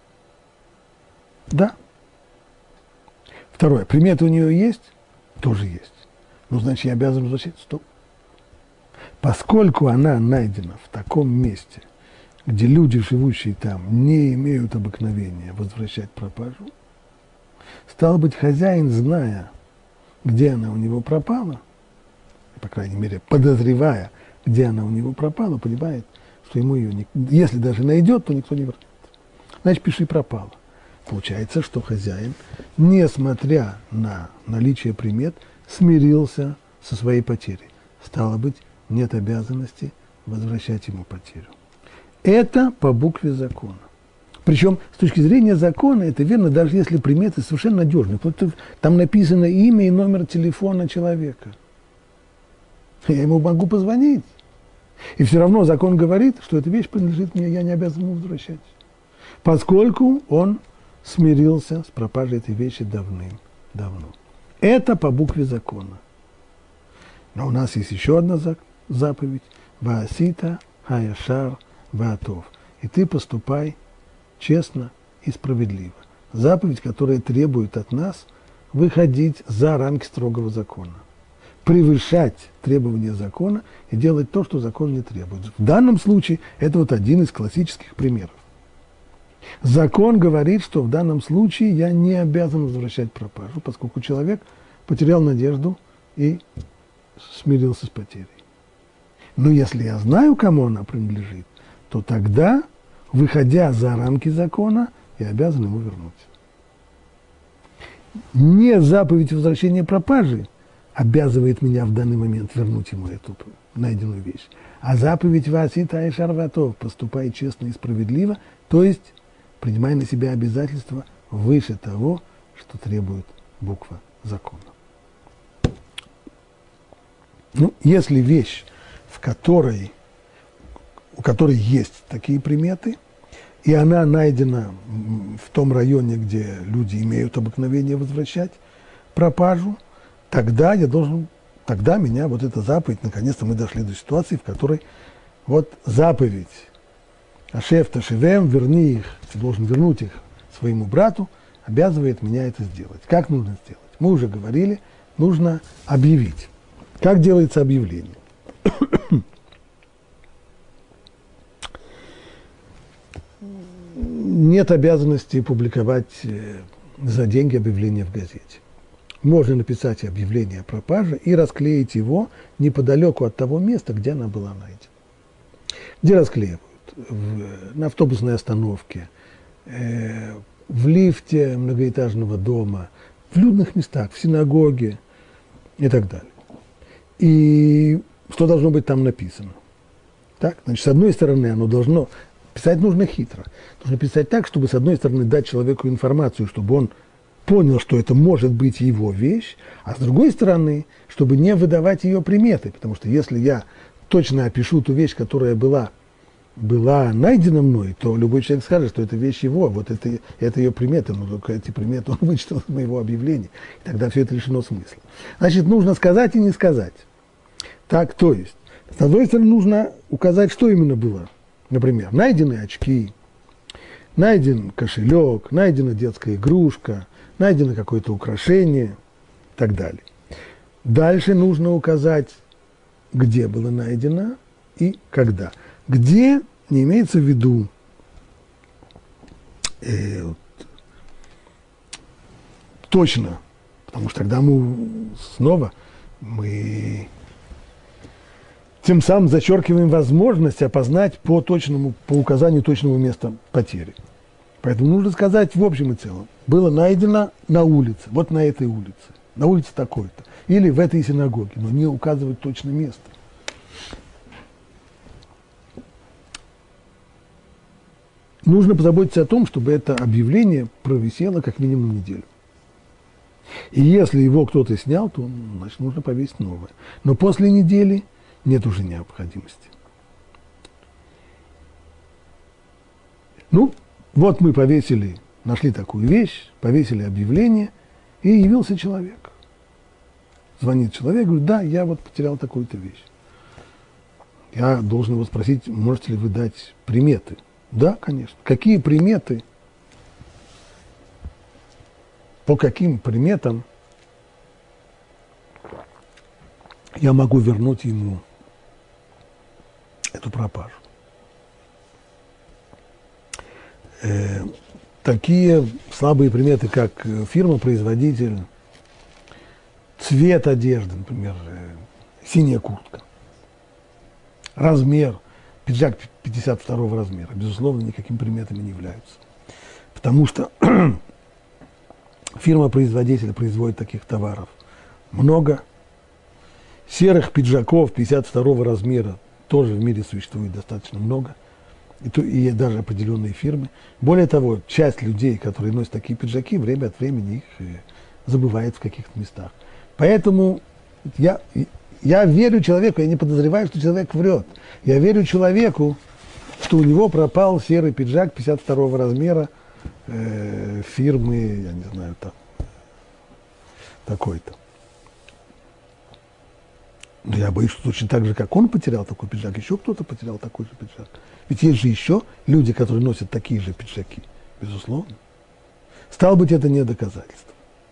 Да. Второе. Приметы у нее есть? Тоже есть. Ну, значит, я обязан возвращать. Стоп. Поскольку она найдена в таком месте, где люди, живущие там, не имеют обыкновения возвращать пропажу, стало быть, хозяин, зная, где она у него пропала, по крайней мере, подозревая, где она у него пропала, понимает, что ему ее, если даже найдет, то никто не вернет. Значит, пиши пропало. Получается, что хозяин, несмотря на наличие примет, смирился со своей потерей. Стало быть, нет обязанности возвращать ему потерю. Это по букве закона. Причем с точки зрения закона это верно, даже если приметы совершенно надежны. Там написано имя и номер телефона человека. Я ему могу позвонить. И все равно закон говорит, что эта вещь принадлежит мне, я не обязан ему возвращать. Поскольку он смирился с пропажей этой вещи давным-давно. Это по букве закона. Но у нас есть еще одна заповедь. Ваасита хаяшар ваатов. И ты поступай честно и справедливо. Заповедь, которая требует от нас выходить за рамки строгого закона. Превышать требования закона и делать то, что закон не требует. В данном случае это вот один из классических примеров. Закон говорит, что в данном случае я не обязан возвращать пропажу, поскольку человек потерял надежду и смирился с потерей. Но если я знаю, кому она принадлежит, то тогда, выходя за рамки закона, я обязан ему вернуть. Не заповедь возвращения пропажи обязывает меня в данный момент вернуть ему эту найденную вещь, а заповедь «Ваасита хаяшар ваатов» поступай честно и справедливо, то есть принимая на себя обязательства выше того, что требует буква закона. Ну, если вещь, у которой есть такие приметы, и она найдена в том районе, где люди имеют обыкновение возвращать пропажу, тогда меня вот эта заповедь, наконец-то мы дошли до ситуации, в которой вот заповедь Ашеф Ташевем, верни их, ты должен вернуть их своему брату, обязывает меня это сделать. Как нужно сделать? Мы уже говорили, нужно объявить. Как делается объявление? Нет обязанности публиковать за деньги объявление в газете. Можно написать объявление о пропаже и расклеить его неподалеку от того места, где она была найдена. Где расклеивают? На автобусной остановке, в лифте многоэтажного дома, в людных местах, в синагоге и так далее. И что должно быть там написано? Так, значит, с одной стороны, писать нужно хитро. Нужно писать так, чтобы с одной стороны дать человеку информацию, чтобы он понял, что это может быть его вещь, а с другой стороны, чтобы не выдавать ее приметы, потому что если я точно опишу ту вещь, которая была найдена мной, то любой человек скажет, что это вещь его, вот это ее приметы, но только эти приметы он вычитал из моего объявления, и тогда все это лишено смысла. Значит, нужно сказать и не сказать. Так, то есть, с одной стороны, нужно указать, что именно было. Например, найдены очки, найден кошелек, найдена детская игрушка, найдено какое-то украшение и так далее. Дальше нужно указать, где было найдено и когда. Где не имеется в виду точно, потому что тогда мы тем самым зачеркиваем возможность опознать по указанию точного места потери. Поэтому нужно сказать в общем и целом. Было найдено на улице, вот на этой улице, на улице такой-то, или в этой синагоге, но не указывать точно место. Нужно позаботиться о том, чтобы это объявление провисело как минимум неделю. И если его кто-то снял, то, значит, нужно повесить новое. Но после недели нет уже необходимости. Ну, вот мы повесили, нашли такую вещь, повесили объявление, и явился человек. Звонит человек, говорит, да, я вот потерял такую-то вещь. Я должен его спросить, можете ли вы дать приметы? Да, конечно. Какие приметы? По каким приметам я могу вернуть ему эту пропажу? Такие слабые приметы, как фирма-производитель, цвет одежды, например, синяя куртка, размер, пиджак 52 размера, безусловно, никакими приметами не являются. Потому что фирма-производитель производит таких товаров много. Серых пиджаков 52 размера тоже в мире существует достаточно много. И даже определенные фирмы. Более того, часть людей, которые носят такие пиджаки, время от времени их забывает в каких-то местах. Поэтому я верю человеку, я не подозреваю, что человек врет. Я верю человеку, что у него пропал серый пиджак 52 размера фирмы, я не знаю, там, такой-то. Но я боюсь, что точно так же, как он потерял такой пиджак, еще кто-то потерял такой же пиджак. Ведь есть же еще люди, которые носят такие же пиджаки, безусловно. Стало быть, это не доказательство.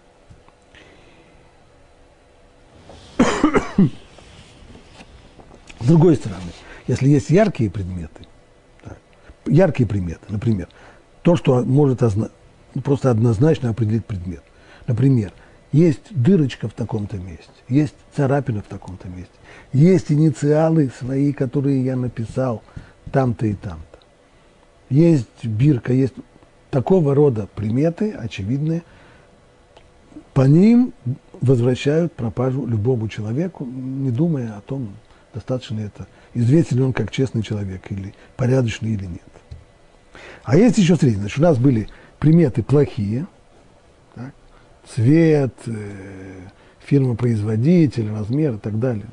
С другой стороны, если есть яркие предметы, так, яркие приметы, например, то, что может просто однозначно определить предмет. Например, есть дырочка в таком-то месте, есть царапина в таком-то месте, есть инициалы свои, которые я написал там-то и там-то. Есть бирка, есть такого рода приметы, очевидные, по ним возвращают пропажу любому человеку, не думая о том, достаточно ли это, известен ли он как честный человек, или порядочный, или нет. А есть еще средние. Значит, у нас были приметы плохие, так, цвет, фирма-производитель, размер и так далее.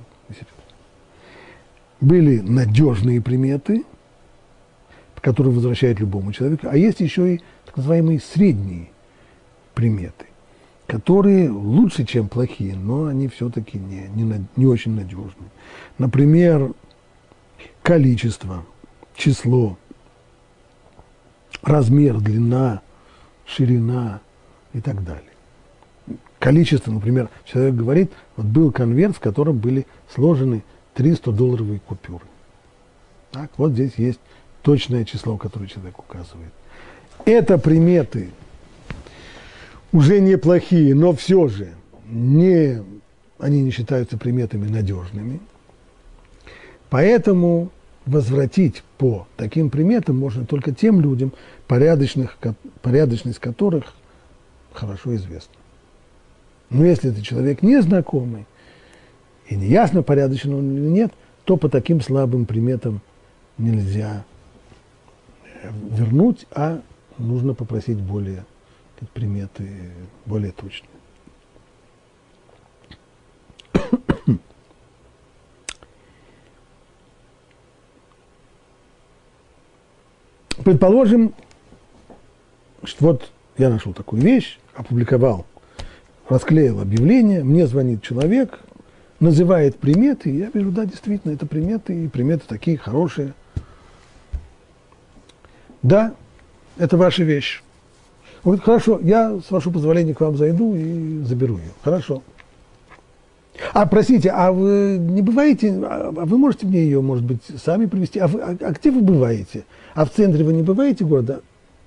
Были надежные приметы, которые возвращают любому человеку, а есть еще и так называемые средние приметы, которые лучше, чем плохие, но они все-таки не очень надежные. Например, количество, число, размер, длина, ширина и так далее. Количество, например, человек говорит, вот был конверт, в котором были сложены 300-долларовые купюры. Так, вот здесь есть точное число, которое человек указывает. Это приметы уже неплохие, но все же они не считаются приметами надежными. Поэтому возвратить по таким приметам можно только тем людям, порядочность которых хорошо известна. Но если это человек незнакомый, и неясно, порядочен он или нет, то по таким слабым приметам нельзя вернуть, а нужно попросить более приметы, более точные. Предположим, что вот я нашел такую вещь, опубликовал, расклеил объявление, мне звонит человек, называет приметы, и я вижу, да, действительно, это приметы, и приметы такие хорошие. Да, это ваша вещь. Он говорит, хорошо, я, с вашего позволения, к вам зайду и заберу ее. Хорошо. А, простите, а вы не бываете, а вы можете мне ее, может быть, сами привезти? А где вы бываете? А в центре вы не бываете города?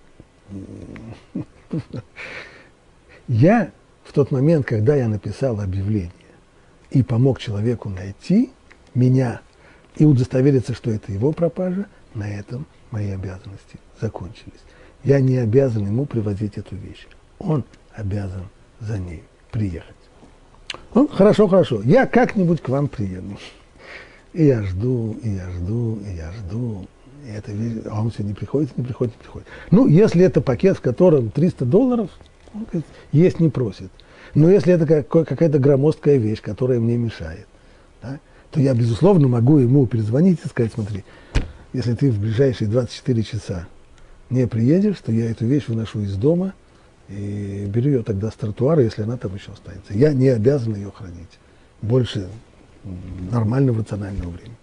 Я в тот момент, когда я написал объявление и помог человеку найти меня и удостовериться, что это его пропажа, на этом мои обязанности закончились. Я не обязан ему привозить эту вещь. Он обязан за ней приехать. Ну, хорошо, хорошо. Я как-нибудь к вам приеду. И я жду, и я жду, и я жду. И это, а он все не приходит, не приходит, не приходит. Ну, если это пакет, в котором $300, он, говорит, есть не просит. Но если это какая-то громоздкая вещь, которая мне мешает, да, то я, безусловно, могу ему перезвонить и сказать, смотри, если ты в ближайшие 24 часа не приедешь, то я эту вещь выношу из дома и беру ее тогда с тротуара, если она там еще останется. Я не обязан ее хранить больше нормального рационального времени.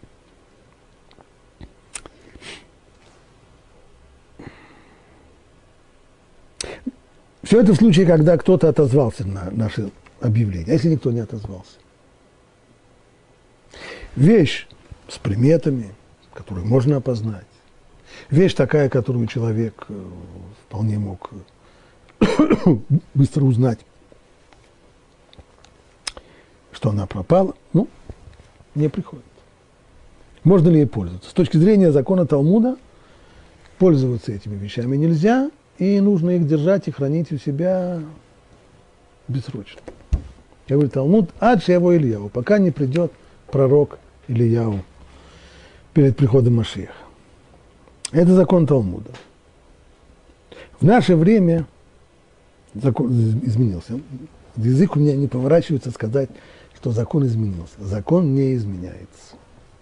Все это в случае, когда кто-то отозвался на наше объявление, а если никто не отозвался. Вещь с приметами, которую можно опознать. Вещь такая, которую человек вполне мог быстро узнать, что она пропала, не приходит. Можно ли ей пользоваться? С точки зрения закона Талмуда, пользоваться этими вещами нельзя, и нужно их держать и хранить у себя бессрочно. Я говорю, Талмуд, ад шеяво Ильяу, пока не придет пророк Ильяу перед приходом Машиаха. Это закон Талмуда. В наше время закон изменился. Язык у меня не поворачивается сказать, что закон изменился. Закон не изменяется.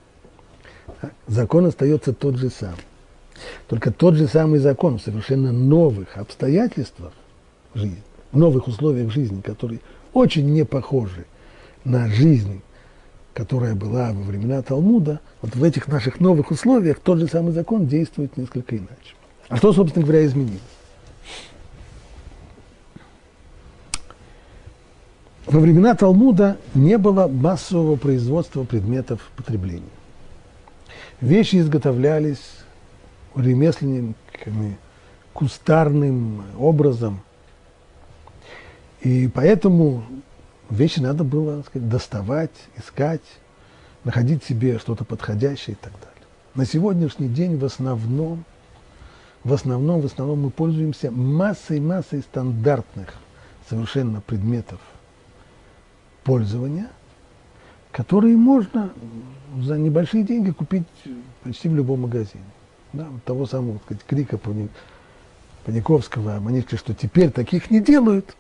Закон остается тот же самый. Только тот же самый закон в совершенно новых обстоятельствах жизни, в новых условиях жизни, которые очень не похожи на жизнь, которая была во времена Талмуда, вот в этих наших новых условиях тот же самый закон действует несколько иначе. А что, собственно говоря, изменилось? Во времена Талмуда не было массового производства предметов потребления. Вещи изготовлялись ремесленниками кустарным образом, и поэтому вещи надо было, так сказать, доставать, искать, находить себе что-то подходящее и так далее. На сегодняшний день в основном мы пользуемся массой стандартных совершенно предметов пользования, которые можно за небольшие деньги купить почти в любом магазине. Да, вот того самого, так сказать, крика Паниковского о манишке, что теперь таких не делают,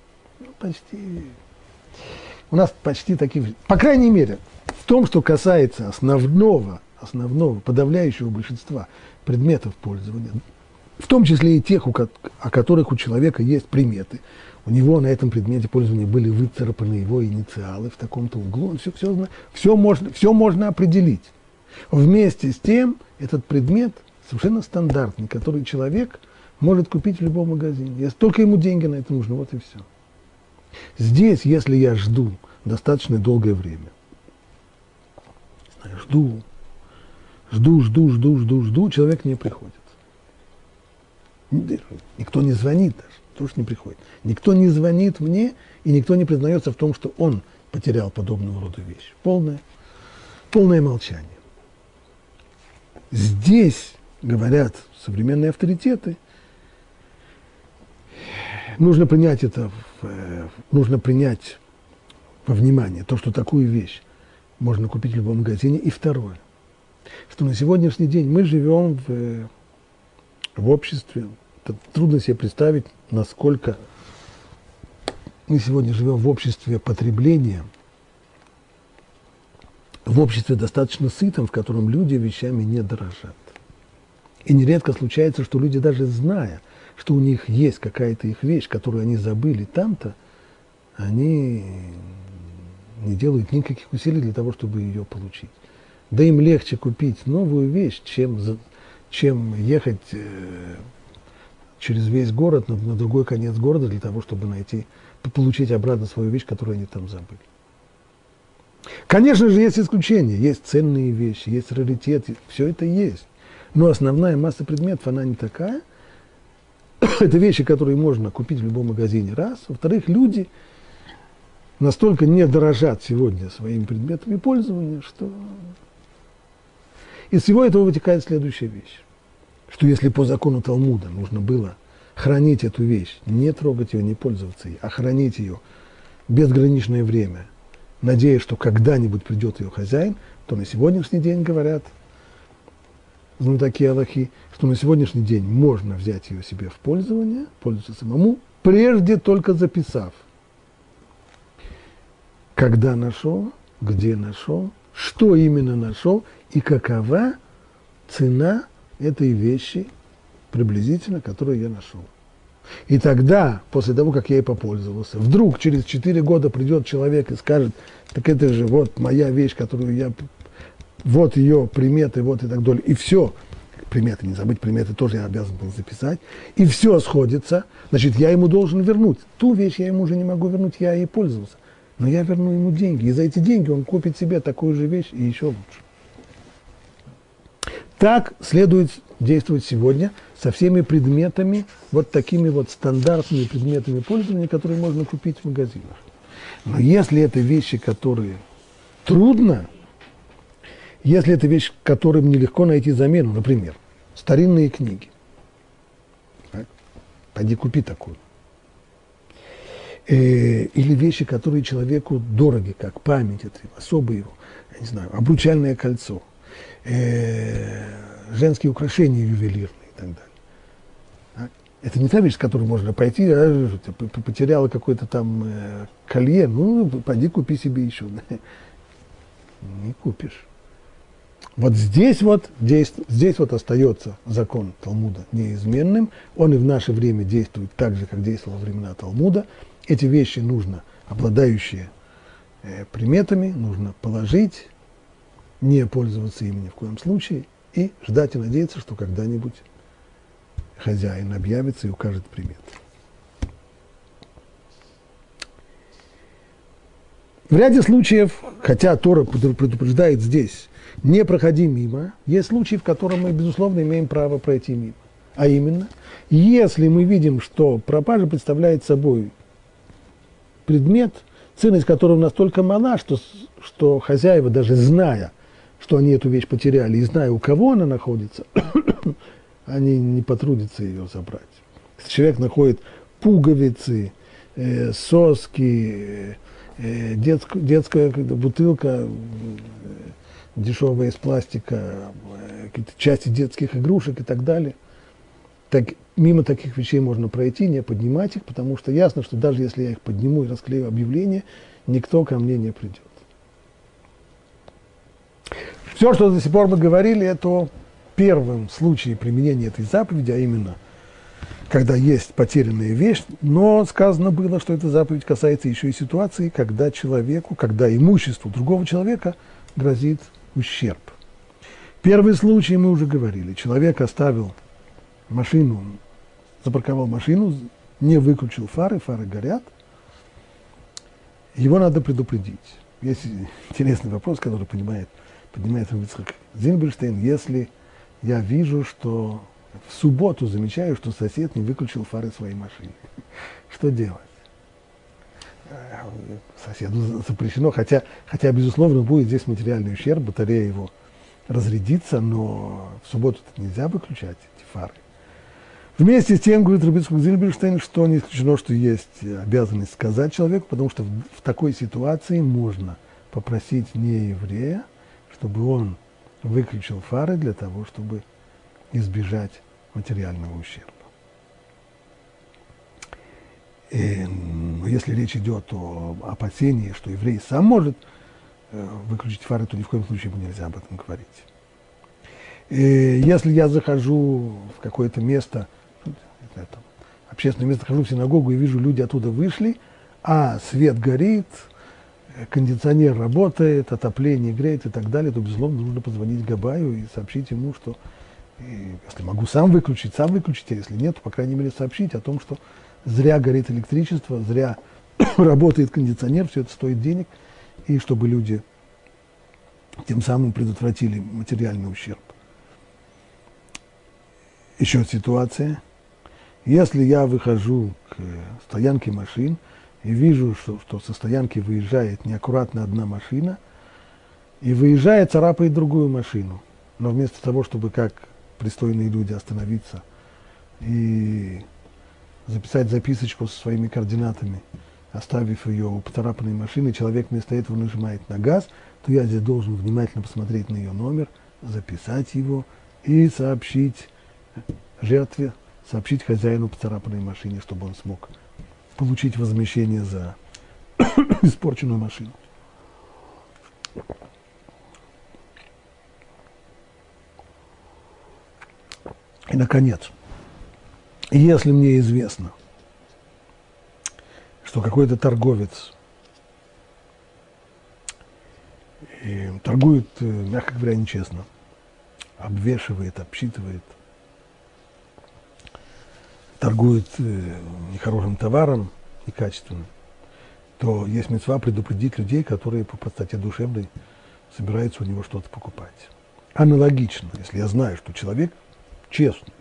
у нас почти таких, по крайней мере, в том, что касается основного подавляющего большинства предметов пользования, в том числе и тех, о которых у человека есть приметы. У него на этом предмете пользования были выцарапаны его инициалы в таком-то углу, все можно определить. Вместе с тем, этот предмет совершенно стандартный, который человек может купить в любом магазине. Если только ему деньги на это нужны, вот и все. Здесь, если я жду достаточно долгое время, жду, человек не приходит. Никто не звонит даже, тоже не приходит. Никто не звонит мне, и никто не признается в том, что он потерял подобного рода вещь. Полное молчание. Здесь, говорят современные авторитеты, нужно принять во внимание то, что такую вещь можно купить в любом магазине. И второе, что на сегодняшний день мы живем в обществе, трудно себе представить, насколько мы сегодня живем в обществе потребления, в обществе достаточно сытом, в котором люди вещами не дорожат. И нередко случается, что люди, даже зная, что у них есть какая-то их вещь, которую они забыли там-то, они не делают никаких усилий для того, чтобы ее получить. Да им легче купить новую вещь, чем ехать через весь город на другой конец города для того, чтобы получить обратно свою вещь, которую они там забыли. Конечно же, есть исключения, есть ценные вещи, есть раритет, все это есть. Но основная масса предметов, она не такая. Это вещи, которые можно купить в любом магазине, раз. Во-вторых, люди настолько не дорожат сегодня своими предметами пользования, что из всего этого вытекает следующая вещь. Что если по закону Талмуда нужно было хранить эту вещь, не трогать ее, не пользоваться ей, а хранить ее безграничное время, надеясь, что когда-нибудь придет ее хозяин, то на сегодняшний день говорят знатоки алахи, что на сегодняшний день можно взять ее себе в пользование, пользоваться самому, прежде только записав, когда нашел, где нашел, что именно нашел и какова цена этой вещи приблизительно, которую я нашел. И тогда, после того, как я ей попользовался, вдруг через 4 года придет человек и скажет, так это же вот моя вещь, которую я, вот ее приметы, вот и так далее. И все, приметы, не забыть, приметы тоже я обязан был записать, и все сходится, значит, я ему должен вернуть. Ту вещь я ему уже не могу вернуть, я ей пользовался. Но я верну ему деньги, и за эти деньги он купит себе такую же вещь и еще лучше. Так следует действовать сегодня со всеми предметами, вот такими вот стандартными предметами пользования, которые можно купить в магазинах. Но если это вещи, которые трудно, если это вещь, которым нелегко найти замену, например, старинные книги, так, пойди купи такую. Или вещи, которые человеку дороги, как память, это особо его, я не знаю, обручальное кольцо, женские украшения ювелирные и так далее. Так? Это не та вещь, с которой можно пойти, потеряла какое-то там колье, ну, пойди купи себе еще. Не купишь. Вот здесь вот остается закон Талмуда неизменным, он и в наше время действует так же, как действовал во времена Талмуда. Эти вещи нужно, обладающие приметами, нужно положить, не пользоваться ими ни в коем случае, и ждать и надеяться, что когда-нибудь хозяин объявится и укажет приметы. В ряде случаев, хотя Тора предупреждает здесь, не проходи мимо, есть случаи, в которых мы, безусловно, имеем право пройти мимо. А именно, если мы видим, что пропажа представляет собой предмет, ценность которого настолько мала, что хозяева, даже зная, что они эту вещь потеряли, и зная, у кого она находится, они не потрудятся ее забрать. Если человек находит пуговицы, соски, детская бутылка дешевая из пластика, какие-то части детских игрушек и так далее, так, мимо таких вещей можно пройти, не поднимать их, потому что ясно, что даже если я их подниму и расклею объявление, никто ко мне не придет. Все, что до сих пор мы говорили, это о первом случае применения этой заповеди, а именно, когда есть потерянная вещь, но сказано было, что эта заповедь касается еще и ситуации, когда человеку, когда имуществу другого человека грозит ущерб. Первый случай мы уже говорили. Человек оставил машину, запарковал машину, не выключил фары, фары горят. Его надо предупредить. Есть интересный вопрос, который поднимает Ицхак Зильберштейн. Если я вижу, что в субботу замечаю, что сосед не выключил фары своей машины, что делать? Соседу запрещено, хотя, безусловно, будет здесь материальный ущерб, батарея его разрядится, но в субботу нельзя выключать эти фары. Вместе с тем, говорит Рабби Ицхак Зильберштейн, что не исключено, что есть обязанность сказать человеку, потому что в такой ситуации можно попросить нееврея, чтобы он выключил фары для того, чтобы избежать материального ущерба. Но если речь идет о опасении, что еврей сам может выключить фары, то ни в коем случае ему нельзя об этом говорить. Если я захожу в какое-то место, общественное место, хожу в синагогу и вижу, люди оттуда вышли, а свет горит, кондиционер работает, отопление греет и так далее, то, безусловно, нужно позвонить Габаю и сообщить ему, что если могу сам выключить, а если нет, то, по крайней мере, сообщить о том, что зря горит электричество, зря работает кондиционер, все это стоит денег, и чтобы люди тем самым предотвратили материальный ущерб. Еще ситуация. Если я выхожу к стоянке машин и вижу, что со стоянки выезжает неаккуратно одна машина, и выезжает, царапает другую машину, но вместо того, чтобы как пристойные люди остановиться и записать записочку со своими координатами, оставив ее у поцарапанной машины, человек вместо этого нажимает на газ, то я здесь должен внимательно посмотреть на ее номер, записать его и сообщить жертве, сообщить хозяину поцарапанной машине, чтобы он смог получить возмещение за испорченную машину. И, наконец, Если мне известно, что какой-то торговец торгует, мягко говоря, нечестно, обвешивает, обсчитывает, торгует нехорошим товаром, некачественным, то есть мицва предупредить людей, которые по простоте душевной собираются у него что-то покупать. Аналогично, если я знаю, что человек честный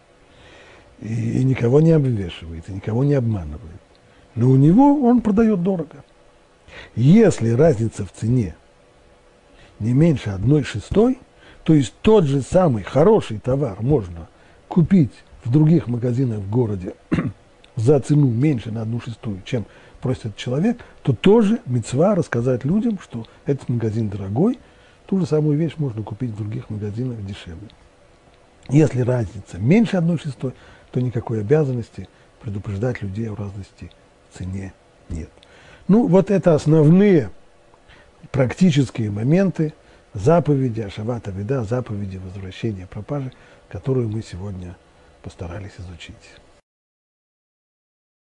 и никого не обвешивает, и никого не обманывает, но у него он продает дорого. Если разница в цене не меньше 1/6, то есть тот же самый хороший товар можно купить в других магазинах в городе за цену меньше на 1/6, чем просит этот человек, то тоже мицва рассказать людям, что этот магазин дорогой, ту же самую вещь можно купить в других магазинах дешевле. Если разница меньше 1/6, то никакой обязанности предупреждать людей о разности в цене нет. Ну, вот это основные практические моменты заповеди Ашават Авида, заповеди возвращения пропажи, которую мы сегодня постарались изучить.